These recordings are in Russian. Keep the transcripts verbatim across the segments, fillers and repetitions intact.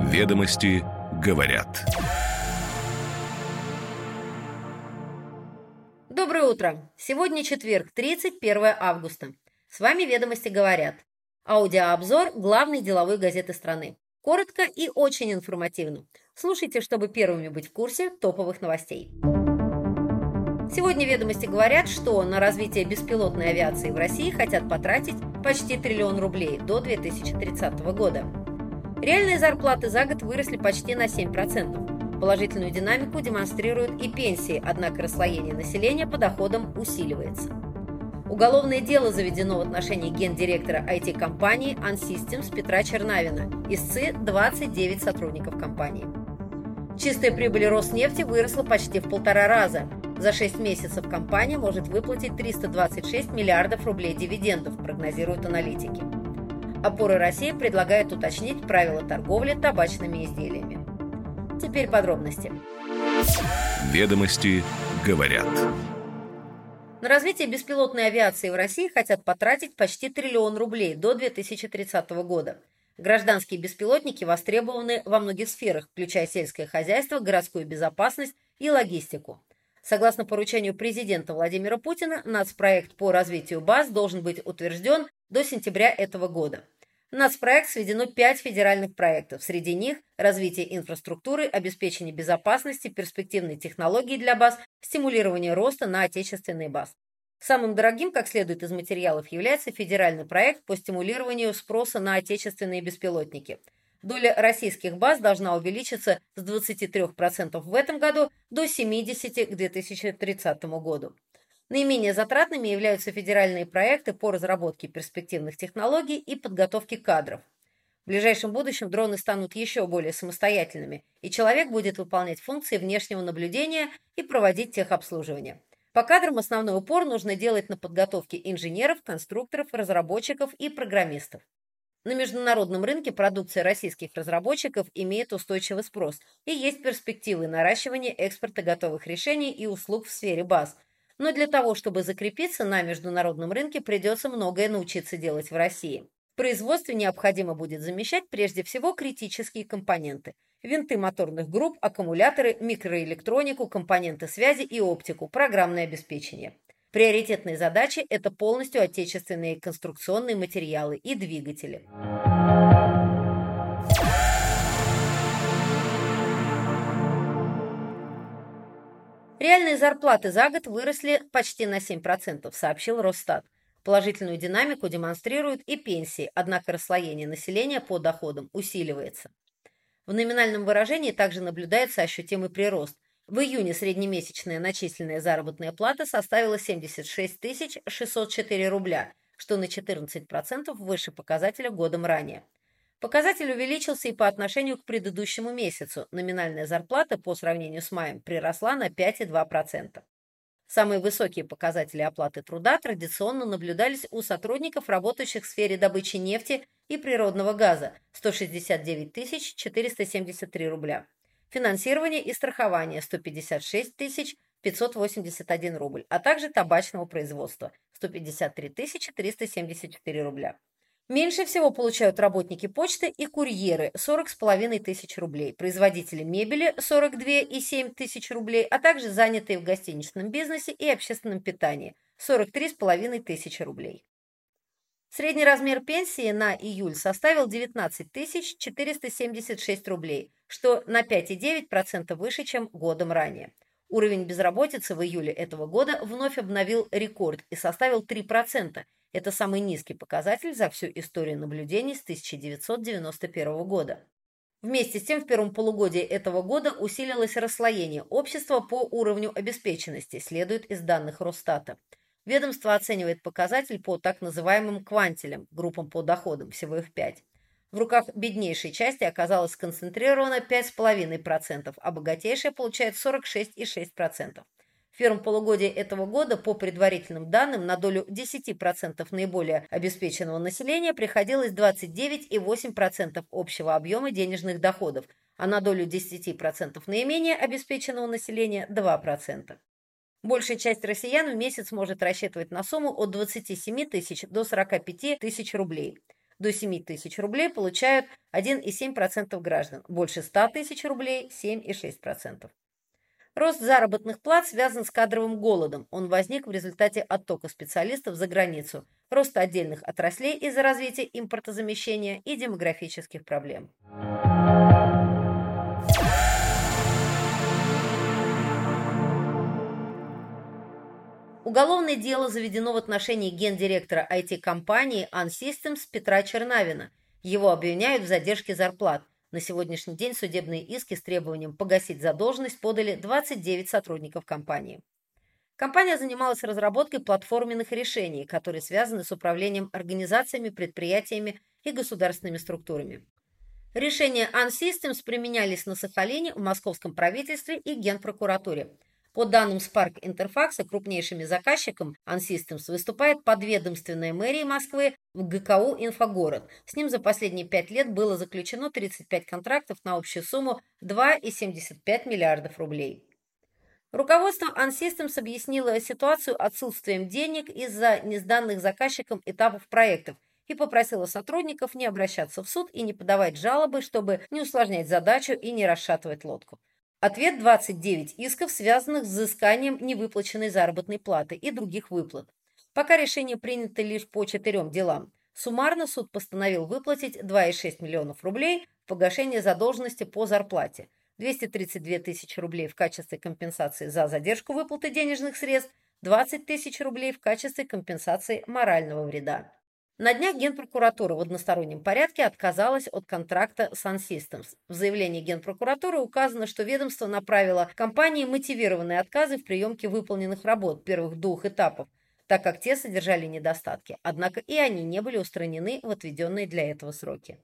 Ведомости говорят. Доброе утро! Сегодня четверг, тридцать первое августа. С вами «Ведомости говорят». Аудиообзор главной деловой газеты страны. Коротко и очень информативно. Слушайте, чтобы первыми быть в курсе топовых новостей. Сегодня «Ведомости говорят», что на развитие беспилотной авиации в России хотят потратить почти триллион рублей до две тысячи тридцатого года. Реальные зарплаты за год выросли почти на семь процентов. Положительную динамику демонстрируют и пенсии, однако расслоение населения по доходам усиливается. Уголовное дело заведено в отношении гендиректора ай ти-компании Ан-Системс Петра Чернавина. Истцы двадцать девять сотрудников компании. Чистая прибыль Роснефти выросла почти в полтора раза. За шесть месяцев компания может выплатить триста двадцать шесть миллиардов рублей дивидендов, прогнозируют аналитики. Опоры России предлагает уточнить правила торговли табачными изделиями. Теперь подробности. Ведомости говорят. На развитие беспилотной авиации в России хотят потратить почти триллион рублей до две тысячи тридцатого года. Гражданские беспилотники востребованы во многих сферах, включая сельское хозяйство, городскую безопасность и логистику. Согласно поручению президента Владимира Путина, нацпроект по развитию баз должен быть утвержден до сентября этого года. В нацпроект сведено пять федеральных проектов. Среди них развитие инфраструктуры, обеспечение безопасности, перспективные технологии для баз, стимулирование роста на отечественные базы. Самым дорогим, как следует из материалов, является федеральный проект по стимулированию спроса на отечественные беспилотники. Доля российских баз должна увеличиться с двадцати трёх процентов в этом году до семидесяти процентов к две тысячи тридцатому году. Наименее затратными являются федеральные проекты по разработке перспективных технологий и подготовке кадров. В ближайшем будущем дроны станут еще более самостоятельными, и человек будет выполнять функции внешнего наблюдения и проводить техобслуживание. По кадрам основной упор нужно делать на подготовке инженеров, конструкторов, разработчиков и программистов. На международном рынке продукция российских разработчиков имеет устойчивый спрос, и есть перспективы наращивания экспорта готовых решений и услуг в сфере баз. Но для того, чтобы закрепиться на международном рынке, придется многое научиться делать в России. В производстве необходимо будет замещать прежде всего критические компоненты – винты моторных групп, аккумуляторы, микроэлектронику, компоненты связи и оптику, программное обеспечение. Приоритетные задачи – это полностью отечественные конструкционные материалы и двигатели. Реальные зарплаты за год выросли почти на семь процентов, сообщил Росстат. Положительную динамику демонстрируют и пенсии, однако расслоение населения по доходам усиливается. В номинальном выражении также наблюдается ощутимый прирост. В июне среднемесячная начисленная заработная плата составила семьдесят шесть тысяч шестьсот четыре рубля, что на четырнадцать процентов выше показателя годом ранее. Показатель увеличился и по отношению к предыдущему месяцу. Номинальная зарплата по сравнению с маем приросла на пять целых две десятых процента. Самые высокие показатели оплаты труда традиционно наблюдались у сотрудников, работающих в сфере добычи нефти и природного газа – сто шестьдесят девять тысяч четыреста семьдесят три рубля. Финансирование и страхование – сто пятьдесят шесть тысяч пятьсот восемьдесят один рубль, а также табачного производства – сто пятьдесят три тысячи триста семьдесят четыре рубля. Меньше всего получают работники почты и курьеры – сорок с половиной тысяч рублей, производители мебели – сорок две и семь тысяч рублей, а также занятые в гостиничном бизнесе и общественном питании – сорок три с половиной тысячи рублей. Средний размер пенсии на июль составил девятнадцать тысяч четыреста семьдесят шесть рублей, что на пять целых девять десятых процента выше, чем годом ранее. Уровень безработицы в июле этого года вновь обновил рекорд и составил три процента. Это самый низкий показатель за всю историю наблюдений с тысяча девятьсот девяносто первого года. Вместе с тем, в первом полугодии этого года усилилось расслоение общества по уровню обеспеченности, следует из данных Росстата. Ведомство оценивает показатель по так называемым квантилям, группам по доходам, всего их пять. В руках беднейшей части оказалось сконцентрировано пять целых пять десятых процента, а богатейшая получает сорок шесть целых шесть десятых процента. В первом полугодии этого года, по предварительным данным, на долю десяти процентов наиболее обеспеченного населения приходилось двадцать девять целых восемь десятых процента общего объема денежных доходов, а на долю десяти процентов наименее обеспеченного населения – два процента. Большая часть россиян в месяц может рассчитывать на сумму от двадцати семи тысяч до сорока пяти тысяч рублей. До семи тысяч рублей получают один и семь десятых процента граждан, больше ста тысяч рублей – семь и шесть десятых процента. Рост заработных плат связан с кадровым голодом. Он возник в результате оттока специалистов за границу, роста отдельных отраслей из-за развития импортозамещения и демографических проблем. Уголовное дело заведено в отношении гендиректора ай ти-компании Ан-Системс Петра Чернавина. Его обвиняют в задержке зарплат. На сегодняшний день судебные иски с требованием погасить задолженность подали двадцать девять сотрудников компании. Компания занималась разработкой платформенных решений, которые связаны с управлением организациями, предприятиями и государственными структурами. Решения Ан-Системс применялись на Сахалине, в московском правительстве и Генпрокуратуре. По данным Spark Интерфакса, крупнейшими заказчиком Ан-Системс выступает подведомственная мэрия Москвы в гэ ка у «Инфогород». С ним за последние пять лет было заключено тридцать пять контрактов на общую сумму два и семьдесят пять миллиардов рублей. Руководство Ан-Системс объяснило ситуацию отсутствием денег из-за несданных заказчиком этапов проектов и попросило сотрудников не обращаться в суд и не подавать жалобы, чтобы не усложнять задачу и не расшатывать лодку. Ответ – двадцать девять исков, связанных с взысканием невыплаченной заработной платы и других выплат. Пока решение принято лишь по четырем делам. Суммарно суд постановил выплатить два и шесть миллионов рублей в погашение задолженности по зарплате, двести тридцать две тысячи рублей в качестве компенсации за задержку выплаты денежных средств, двадцать тысяч рублей в качестве компенсации морального вреда. На днях Генпрокуратура в одностороннем порядке отказалась от контракта с Ан-Системс. В заявлении Генпрокуратуры указано, что ведомство направило компании мотивированные отказы в приемке выполненных работ первых двух этапов, так как те содержали недостатки, однако и они не были устранены в отведенные для этого сроки.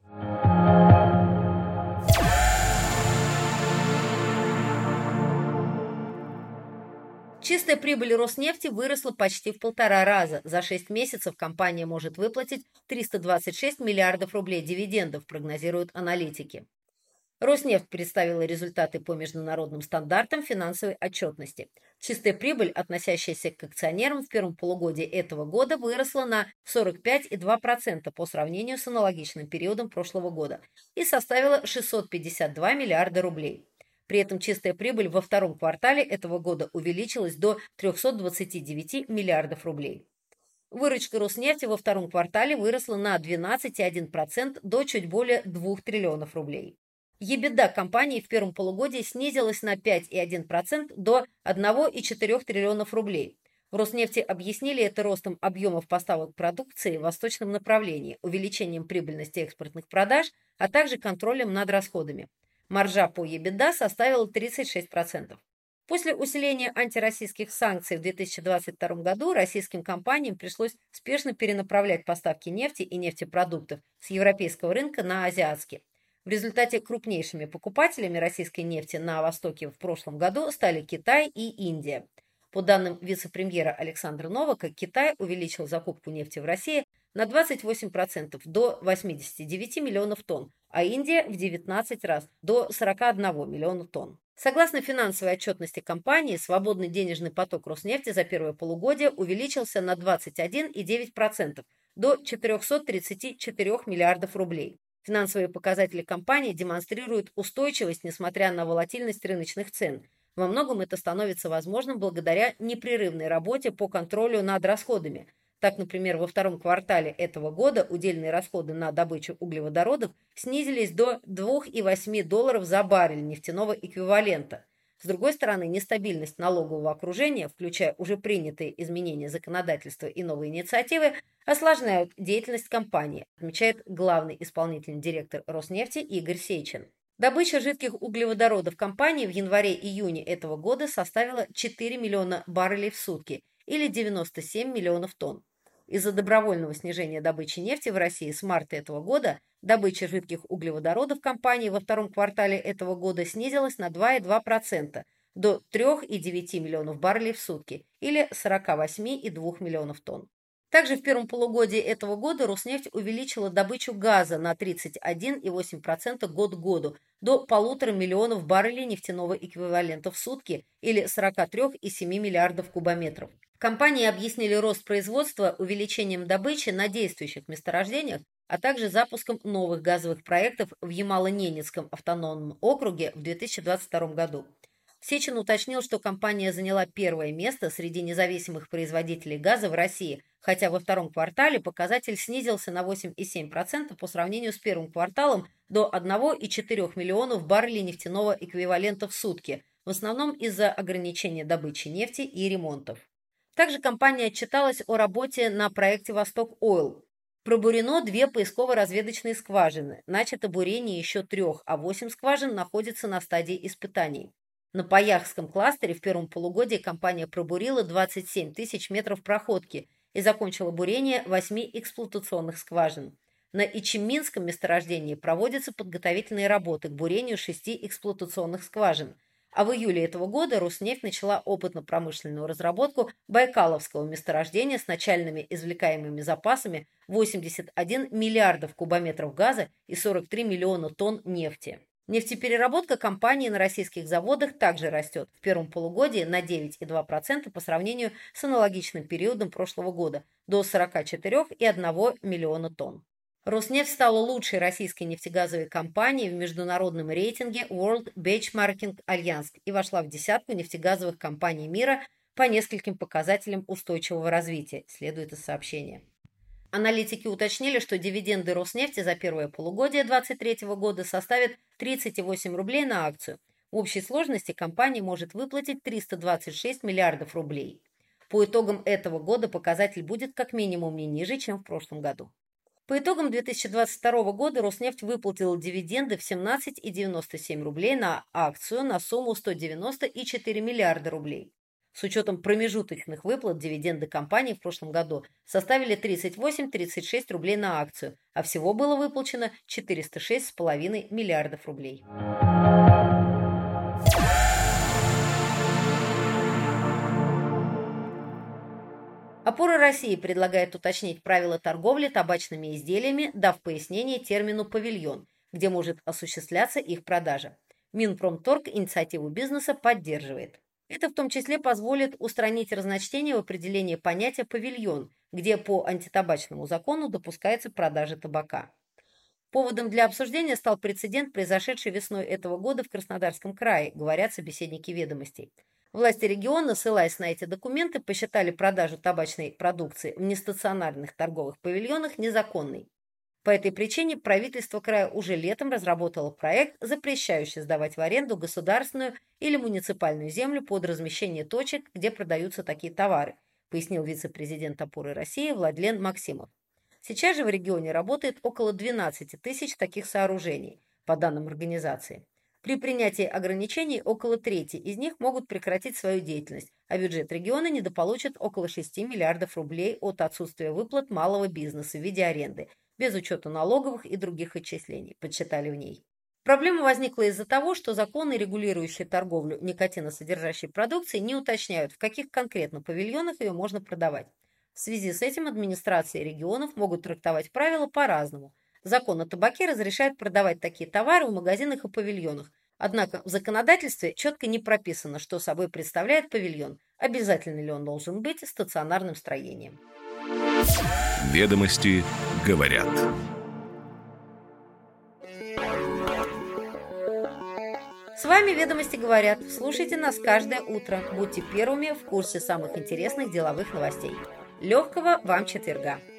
Чистая прибыль Роснефти выросла почти в полтора раза. За шесть месяцев компания может выплатить триста двадцать шесть миллиардов рублей дивидендов, прогнозируют аналитики. Роснефть представила результаты по международным стандартам финансовой отчетности. Чистая прибыль, относящаяся к акционерам в первом полугодии этого года, выросла на сорок пять и два десятых процента по сравнению с аналогичным периодом прошлого года и составила шестьсот пятьдесят два миллиарда рублей. При этом чистая прибыль во втором квартале этого года увеличилась до трехсот двадцати девяти миллиардов рублей. Выручка Роснефти во втором квартале выросла на двенадцать и одна десятая процента до чуть более двух триллионов рублей. EBITDA компании в первом полугодии снизилась на пять и одна десятая процента до одного и четырёх триллионов рублей. В Роснефти объяснили это ростом объемов поставок продукции в восточном направлении, увеличением прибыльности экспортных продаж, а также контролем над расходами. Маржа по EBITDA составила тридцать шесть процентов. После усиления антироссийских санкций в две тысячи двадцать втором году российским компаниям пришлось спешно перенаправлять поставки нефти и нефтепродуктов с европейского рынка на азиатский. В результате крупнейшими покупателями российской нефти на Востоке в прошлом году стали Китай и Индия. По данным вице-премьера Александра Новака, Китай увеличил закупку нефти в России на двадцать восемь процентов до восьмидесяти девяти миллионов тонн, а Индия в девятнадцать раз до сорока одного миллиона тонн. Согласно финансовой отчетности компании, свободный денежный поток Роснефти за первое полугодие увеличился на двадцать один и девять десятых процента до четырехсот тридцати четырёх миллиардов рублей. Финансовые показатели компании демонстрируют устойчивость, несмотря на волатильность рыночных цен. Во многом это становится возможным благодаря непрерывной работе по контролю над расходами. Так, например, во втором квартале этого года удельные расходы на добычу углеводородов снизились до двух и восьми десятых долларов за баррель нефтяного эквивалента. С другой стороны, нестабильность налогового окружения, включая уже принятые изменения законодательства и новые инициативы, осложняют деятельность компании, отмечает главный исполнительный директор Роснефти Игорь Сечин. Добыча жидких углеводородов компании в январе-июне этого года составила четыре миллиона баррелей в сутки или девяносто семь миллионов тонн. Из-за добровольного снижения добычи нефти в России с марта этого года добыча жидких углеводородов компании во втором квартале этого года снизилась на два и две десятых процента до трёх и девяти миллионов баррелей в сутки или сорока восьми и двух миллионов тонн. Также в первом полугодии этого года Роснефть увеличила добычу газа на тридцать один и восемь десятых процента год к году до полутора миллионов баррелей нефтяного эквивалента в сутки или сорока трёх и семи миллиардов кубометров. Компании объяснили рост производства увеличением добычи на действующих месторождениях, а также запуском новых газовых проектов в Ямало-Ненецком автономном округе в две тысячи двадцать втором году. Сечин уточнил, что компания заняла первое место среди независимых производителей газа в России, хотя во втором квартале показатель снизился на восемь целых семь десятых процента по сравнению с первым кварталом до одного целых четыре десятых миллионов баррелей нефтяного эквивалента в сутки, в основном из-за ограничения добычи нефти и ремонтов. Также компания отчиталась о работе на проекте «Восток-Ойл». Пробурено две поисково-разведочные скважины, начато бурение еще трех, а восемь скважин находятся на стадии испытаний. На Паяхском кластере в первом полугодии компания пробурила двадцать семь тысяч метров проходки и закончила бурение восьми эксплуатационных скважин. На Ичиминском месторождении проводятся подготовительные работы к бурению шести эксплуатационных скважин. А в июле этого года Роснефть начала опытно-промышленную разработку Байкаловского месторождения с начальными извлекаемыми запасами восемьдесят один миллиардов кубометров газа и сорок три миллиона тонн нефти. Нефтепереработка компании на российских заводах также растет в первом полугодии на девять целых две десятых процента по сравнению с аналогичным периодом прошлого года до сорок четыре целых одного миллиона тонн. Роснефть стала лучшей российской нефтегазовой компанией в международном рейтинге World Benchmarking Alliance и вошла в десятку нефтегазовых компаний мира по нескольким показателям устойчивого развития, следует из сообщения. Аналитики уточнили, что дивиденды Роснефти за первое полугодие две тысячи двадцать третьего года составят тридцать восемь рублей на акцию. В общей сложности компания может выплатить триста двадцать шесть миллиардов рублей. По итогам этого года показатель будет как минимум не ниже, чем в прошлом году. По итогам две тысячи двадцать второго года Роснефть выплатила дивиденды в семнадцать целых девяносто семь сотых рублей на акцию на сумму сто девяносто целых четыре десятых миллиарда рублей. С учетом промежуточных выплат дивиденды компании в прошлом году составили тридцать восемь целых тридцать шесть сотых рублей на акцию, а всего было выплачено четыреста шесть целых пять десятых миллиардов рублей. Опора России предлагает уточнить правила торговли табачными изделиями, дав пояснение термину «павильон», где может осуществляться их продажа. Минпромторг инициативу бизнеса поддерживает. Это в том числе позволит устранить разночтение в определении понятия «павильон», где по антитабачному закону допускается продажа табака. Поводом для обсуждения стал прецедент, произошедший весной этого года в Краснодарском крае, говорят собеседники «Ведомостей». Власти региона, ссылаясь на эти документы, посчитали продажу табачной продукции в нестационарных торговых павильонах незаконной. По этой причине правительство края уже летом разработало проект, запрещающий сдавать в аренду государственную или муниципальную землю под размещение точек, где продаются такие товары, пояснил вице-президент «Опоры России» Владлен Максимов. Сейчас же в регионе работает около двенадцати тысяч таких сооружений, по данным организации. При принятии ограничений около трети из них могут прекратить свою деятельность, а бюджет региона недополучит около шести миллиардов рублей от отсутствия выплат малого бизнеса в виде аренды, без учета налоговых и других отчислений, подсчитали в ней. Проблема возникла из-за того, что законы, регулирующие торговлю никотиносодержащей продукцией, не уточняют, в каких конкретно павильонах ее можно продавать. В связи с этим администрации регионов могут трактовать правила по-разному. Закон о табаке разрешает продавать такие товары в магазинах и павильонах, однако в законодательстве четко не прописано, что собой представляет павильон, обязательно ли он должен быть стационарным строением. Ведомости говорят. С вами «Ведомости говорят». Слушайте нас каждое утро. Будьте первыми в курсе самых интересных деловых новостей. Легкого вам четверга!